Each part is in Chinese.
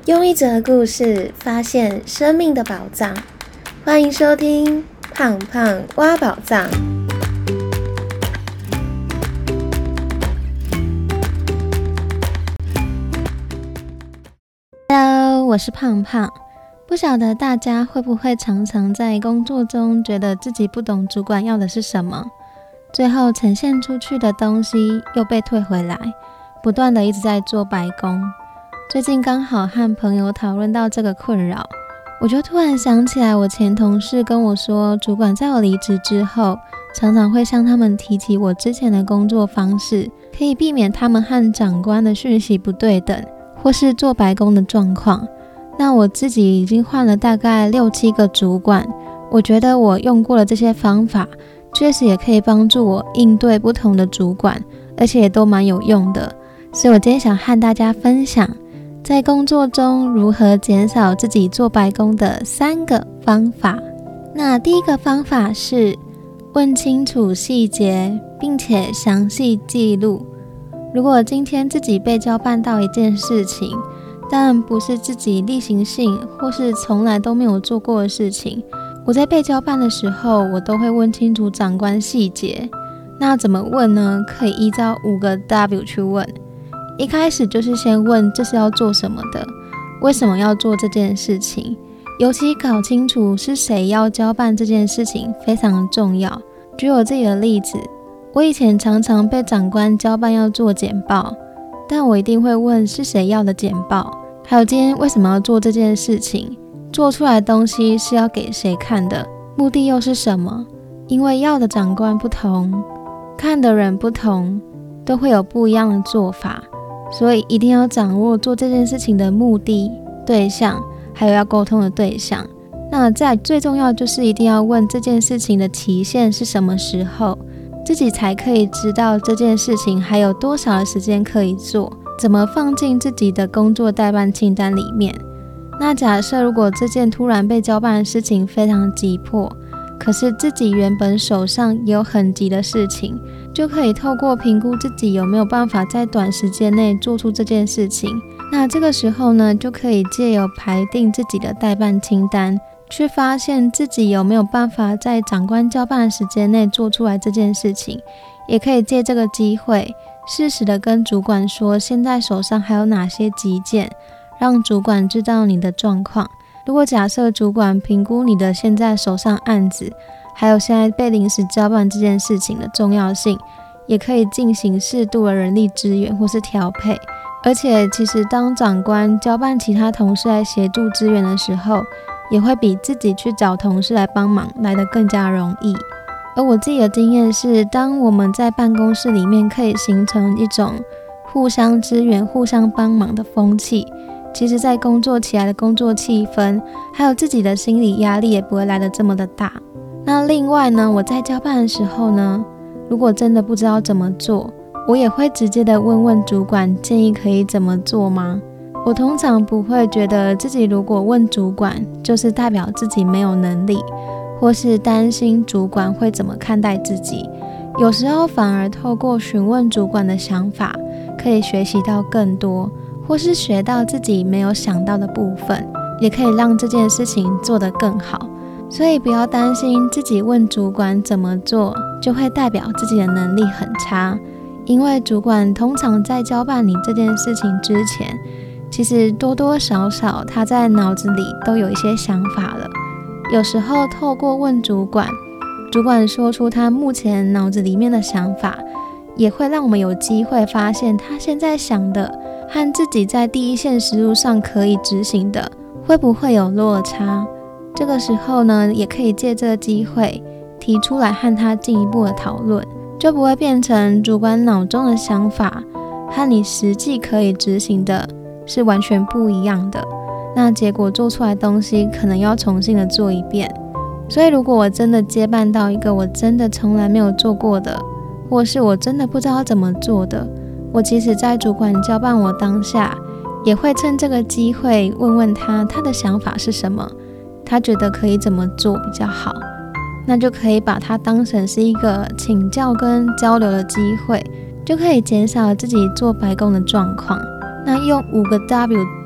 用一则故事发现生命的宝藏，欢迎收听胖胖挖宝藏。Hello， 我是胖胖。不晓得大家会不会常常在工作中觉得自己不懂主管要的是什么，最后呈现出去的东西又被退回来，不断的一直在做白工。最近刚好和朋友讨论到这个困扰，我就突然想起来我前同事跟我说，主管在我离职之后常常会向他们提起我之前的工作方式，可以避免他们和长官的讯息不对等或是做白工的状况。那我自己已经换了大概6-7个主管，我觉得我用过的这些方法确实也可以帮助我应对不同的主管，而且也都蛮有用的。所以我今天想和大家分享在工作中如何减少自己做白工的3个方法。那第一个方法是问清楚细节，并且详细记录。如果今天自己被交办到一件事情，但不是自己例行性或是从来都没有做过的事情，我在被交办的时候，我都会问清楚长官细节。那怎么问呢？可以依照5个 W 去问。一开始就是先问这是要做什么的，为什么要做这件事情，尤其搞清楚是谁要交办这件事情非常重要。举我自己的例子，我以前常常被长官交办要做简报，但我一定会问是谁要的简报，还有今天为什么要做这件事情，做出来的东西是要给谁看的，目的又是什么。因为要的长官不同，看的人不同，都会有不一样的做法，所以一定要掌握做这件事情的目的、对象，还有要沟通的对象。那再最重要就是一定要问这件事情的期限是什么时候，自己才可以知道这件事情还有多少的时间可以做，怎么放进自己的工作待办清单里面。那假设如果这件突然被交办的事情非常急迫，可是自己原本手上也有很急的事情，就可以透过评估自己有没有办法在短时间内做出这件事情。那这个时候呢，就可以借由排定自己的待办清单，去发现自己有没有办法在长官交办的时间内做出来这件事情。也可以借这个机会适时的跟主管说现在手上还有哪些急件，让主管知道你的状况。如果假设主管评估你的现在手上案子，还有现在被临时交办这件事情的重要性，也可以进行适度的人力资源或是调配。而且其实当长官交办其他同事来协助支援的时候，也会比自己去找同事来帮忙来得更加容易。而我自己的经验是，当我们在办公室里面可以形成一种互相支援、互相帮忙的风气，其实在工作起来的工作气氛，还有自己的心理压力也不会来得这么的大。那另外呢，我在交办的时候呢，如果真的不知道怎么做，我也会直接的问问主管建议可以怎么做吗？我通常不会觉得自己如果问主管就是代表自己没有能力，或是担心主管会怎么看待自己。有时候反而透过询问主管的想法，可以学习到更多，或是学到自己没有想到的部分，也可以让这件事情做得更好。所以不要担心自己问主管怎么做就会代表自己的能力很差，因为主管通常在交办你这件事情之前，其实多多少少他在脑子里都有一些想法了。有时候透过问主管，主管说出他目前脑子里面的想法，也会让我们有机会发现他现在想的和自己在第一线实务上可以执行的会不会有落差。这个时候呢，也可以借这个机会提出来和他进一步的讨论，就不会变成主管脑中的想法和你实际可以执行的是完全不一样的，那结果做出来的东西可能要重新的做一遍。所以如果我真的接办到一个我真的从来没有做过的，或是我真的不知道怎么做的，我其实在主管交办我当下，也会趁这个机会问问他的想法是什么，他觉得可以怎么做比较好，那就可以把它当成是一个请教跟交流的机会，就可以减少自己做白工的状况。那用5个 W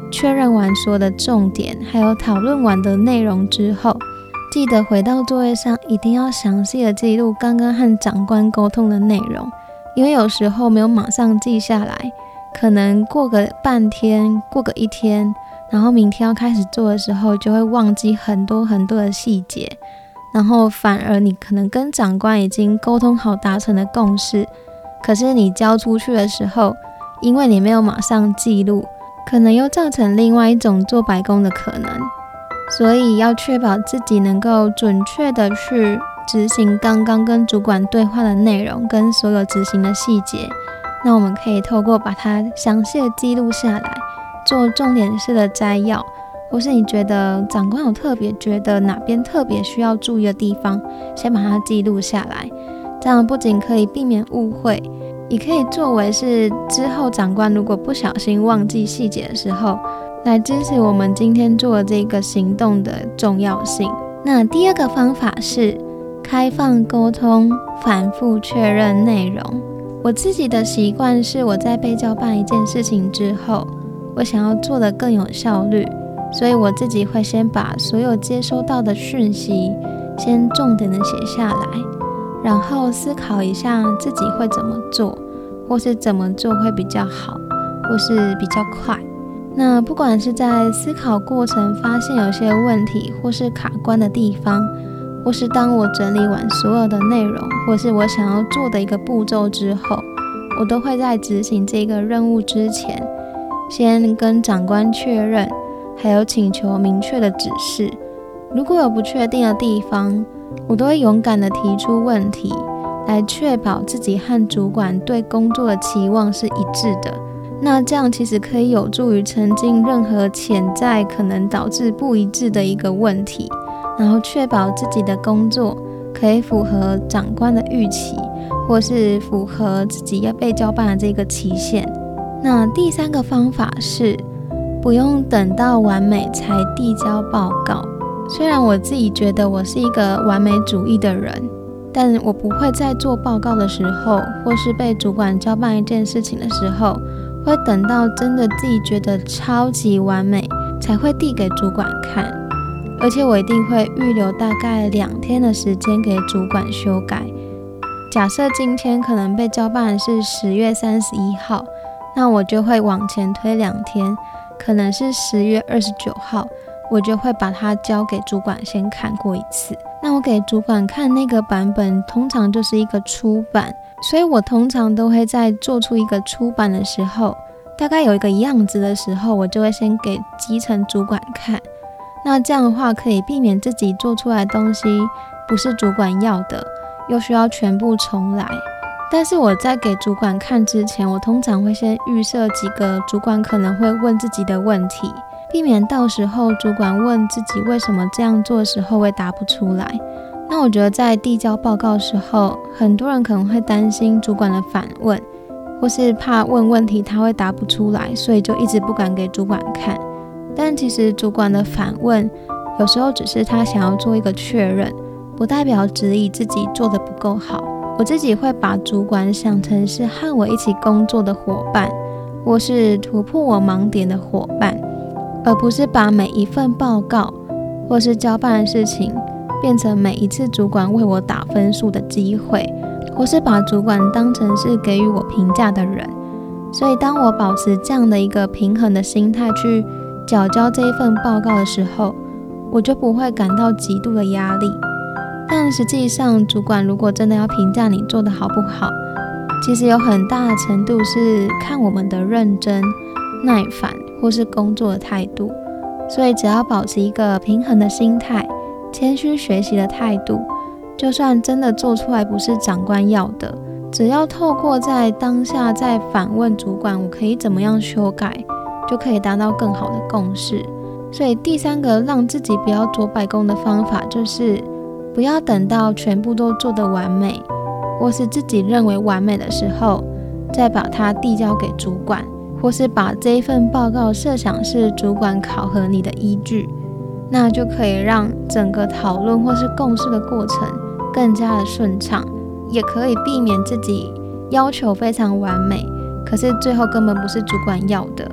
确认完所有的重点，还有讨论完的内容之后，记得回到座位上，一定要详细的记录刚刚和长官沟通的内容，因为有时候没有马上记下来，可能过个半天，过个一天，然后明天要开始做的时候，就会忘记很多的细节，然后反而你可能跟长官已经沟通好达成的共识，可是你交出去的时候，因为你没有马上记录，可能又造成另外一种做白工的可能。所以要确保自己能够准确的去执行刚刚跟主管对话的内容跟所有执行的细节，那我们可以透过把它详细的记录下来，做重点式的摘要，或是你觉得长官有特别觉得哪边特别需要注意的地方，先把它记录下来。这样不仅可以避免误会，也可以作为是之后长官如果不小心忘记细节的时候，来支持我们今天做的这个行动的重要性。那第二个方法是开放沟通，反复确认内容。我自己的习惯是，我在被交办一件事情之后，我想要做得更有效率，所以我自己会先把所有接收到的讯息先重点的写下来，然后思考一下自己会怎么做，或是怎么做会比较好，或是比较快。那不管是在思考过程发现有些问题或是卡关的地方，或是当我整理完所有的内容，或是我想要做的一个步骤之后，我都会在执行这个任务之前，先跟长官确认，还有请求明确的指示。如果有不确定的地方，我都会勇敢的提出问题，来确保自己和主管对工作的期望是一致的。那这样其实可以有助于澄清任何潜在可能导致不一致的一个问题，然后确保自己的工作可以符合长官的预期，或是符合自己要被交办的这个期限。那第三个方法是不用等到完美才递交报告。虽然我自己觉得我是一个完美主义的人，但我不会在做报告的时候，或是被主管交办一件事情的时候，会等到真的自己觉得超级完美才会递给主管看，而且我一定会预留大概2天的时间给主管修改。假设今天可能被交办的是10月31号，那我就会往前推2天，可能是10月29号，我就会把它交给主管先看过一次。那我给主管看那个版本通常就是一个初版，所以我通常都会在做出一个初版的时候，大概有一个样子的时候，我就会先给基层主管看。那这样的话可以避免自己做出来的东西不是主管要的，又需要全部重来。但是我在给主管看之前，我通常会先预设几个主管可能会问自己的问题，避免到时候主管问自己为什么这样做的时候会答不出来。那我觉得在递交报告的时候，很多人可能会担心主管的反问，或是怕问问题他会答不出来，所以就一直不敢给主管看。但其实主管的反问有时候只是他想要做一个确认，不代表质疑自己做得不够好。我自己会把主管想成是和我一起工作的伙伴，或是突破我盲点的伙伴，而不是把每一份报告或是交办的事情变成每一次主管为我打分数的机会，或是把主管当成是给予我评价的人。所以当我保持这样的一个平衡的心态去缴交这一份报告的时候，我就不会感到极度的压力。但实际上主管如果真的要评价你做得好不好，其实有很大的程度是看我们的认真、耐烦或是工作的态度。所以只要保持一个平衡的心态，谦虚学习的态度，就算真的做出来不是长官要的，只要透过在当下再反问主管我可以怎么样修改，就可以达到更好的共识。所以第三个让自己不要做白工的方法，就是不要等到全部都做得完美，或是自己认为完美的时候，再把它递交给主管，或是把这一份报告设想是主管考核你的依据，那就可以让整个讨论或是共识的过程更加的顺畅，也可以避免自己要求非常完美，可是最后根本不是主管要的，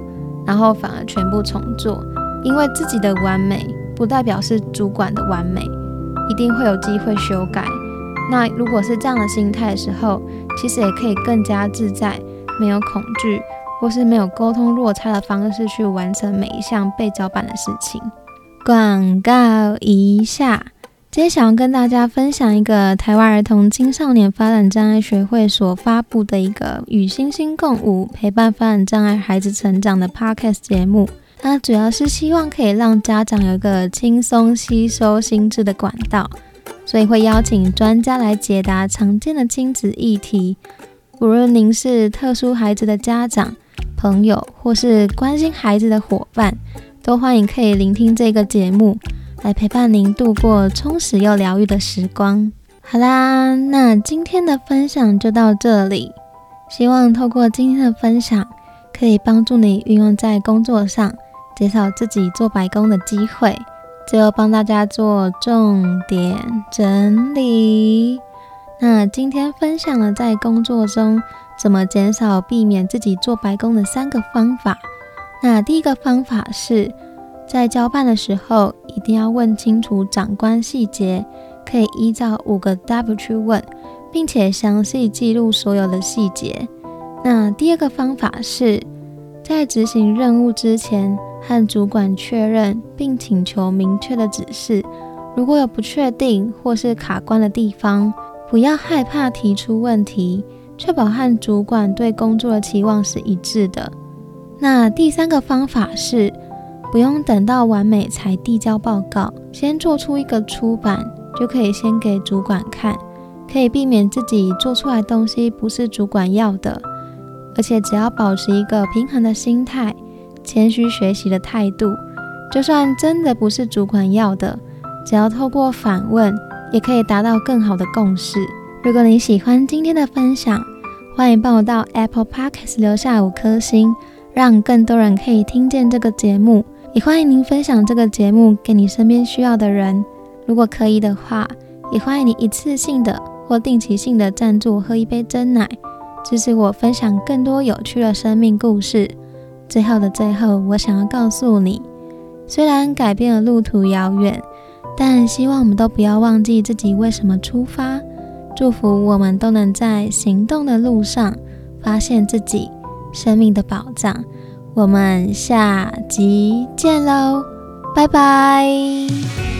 然后反而全部重做，因为自己的完美不代表是主管的完美，一定会有机会修改。那如果是这样的心态的时候，其实也可以更加自在，没有恐惧或是没有沟通落差的方式去完成每一项被交办的事情。广告一下，今天想要跟大家分享一个台湾儿童青少年发展障碍学会所发布的一个与星星共舞，陪伴发展障碍孩子成长的 Podcast 节目。它主要是希望可以让家长有一个轻松吸收新知的管道，所以会邀请专家来解答常见的亲子议题。无论您是特殊孩子的家长、朋友，或是关心孩子的伙伴，都欢迎可以聆听这个节目，来陪伴您度过充实又疗愈的时光。好啦，那今天的分享就到这里。希望透过今天的分享，可以帮助你运用在工作上，减少自己做白工的机会。最后帮大家做重点整理。那今天分享了在工作中怎么减少避免自己做白工的3个方法。那第一个方法是，在交办的时候一定要问清楚长官细节，可以依照5个 W 去问，并且详细记录所有的细节。那第二个方法是，在执行任务之前和主管确认，并请求明确的指示。如果有不确定或是卡关的地方，不要害怕提出问题，确保和主管对工作的期望是一致的。那第3个方法是，不用等到完美才递交报告，先做出一个初版，就可以先给主管看，可以避免自己做出来的东西不是主管要的。而且只要保持一个平衡的心态，谦虚学习的态度，就算真的不是主管要的，只要透过反问，也可以达到更好的共识。如果你喜欢今天的分享，欢迎帮我到 Apple Podcast 留下5颗星，让更多人可以听见这个节目。也欢迎您分享这个节目给你身边需要的人。如果可以的话，也欢迎你一次性的或定期性的赞助我喝一杯珍奶，支持我分享更多有趣的生命故事。最后的最后，我想要告诉你，虽然改变的路途遥远，但希望我们都不要忘记自己为什么出发。祝福我们都能在行动的路上发现自己生命的宝藏。我们下集见喽，拜拜。